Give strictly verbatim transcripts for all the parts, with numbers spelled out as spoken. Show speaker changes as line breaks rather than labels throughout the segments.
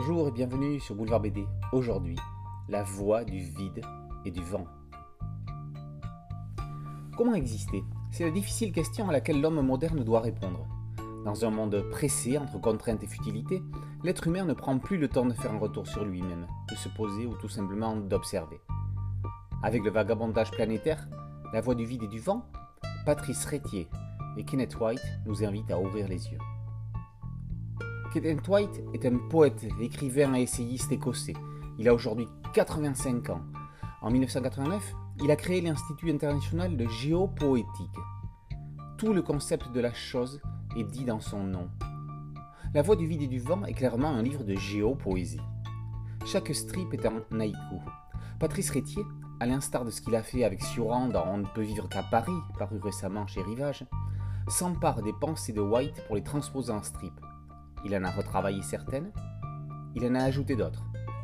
Bonjour et bienvenue sur Boulevard B D. Aujourd'hui, la voix du vide et du vent. Comment exister? C'est la difficile question à laquelle l'homme moderne doit répondre. Dans un monde pressé entre contraintes et futilités, l'être humain ne prend plus le temps de faire un retour sur lui-même, de se poser ou tout simplement d'observer. Avec le vagabondage planétaire, la voix du vide et du vent, Patrice Retier et Kenneth White nous invitent à ouvrir les yeux. Kenneth White est un poète, écrivain et essayiste écossais. Il a aujourd'hui quatre-vingt-cinq ans. En mille neuf cent quatre-vingt-neuf, il a créé l'Institut international de géopoétique. Tout le concept de la chose est dit dans son nom. La voix du vide et du vent est clairement un livre de géopoésie. Chaque strip est un haïku. Patrice Retier, à l'instar de ce qu'il a fait avec Sioran dans On ne peut vivre qu'à Paris, paru récemment chez Rivage, s'empare des pensées de White pour les transposer en strip. Il en a retravaillé certaines, il en a ajouté d'autres.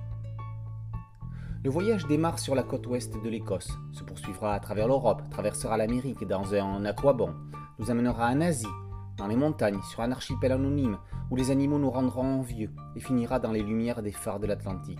Le voyage démarre sur la côte ouest de l'Écosse, se poursuivra à travers l'Europe, traversera l'Amérique dans un aquabon, nous amènera en Asie, dans les montagnes, sur un archipel anonyme où les animaux nous rendront envieux et finira dans les lumières des phares de l'Atlantique.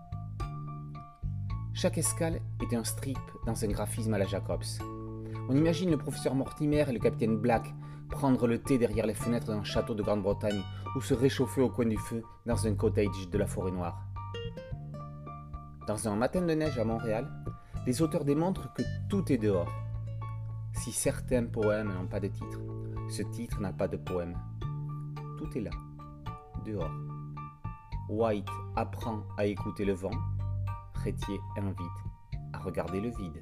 Chaque escale est un strip dans un graphisme à la Jacobs. On imagine le professeur Mortimer et le capitaine Black prendre le thé derrière les fenêtres d'un château de Grande-Bretagne ou se réchauffer au coin du feu dans un cottage de la forêt noire. Dans un matin de neige à Montréal, les auteurs démontrent que tout est dehors. Si certains poèmes n'ont pas de titre, ce titre n'a pas de poème. Tout est là, dehors. White apprend à écouter le vent, Retier invite à regarder le vide.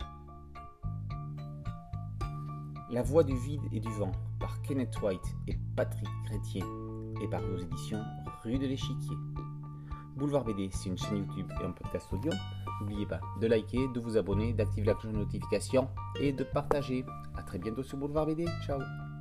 La voix du vide et du vent par Kenneth White et Patrick Retier est paru aux éditions Rue de l'Échiquier. Boulevard B D, c'est une chaîne YouTube et un podcast audio. N'oubliez pas de liker, de vous abonner, d'activer la cloche de notification et de partager. A très bientôt sur Boulevard B D. Ciao.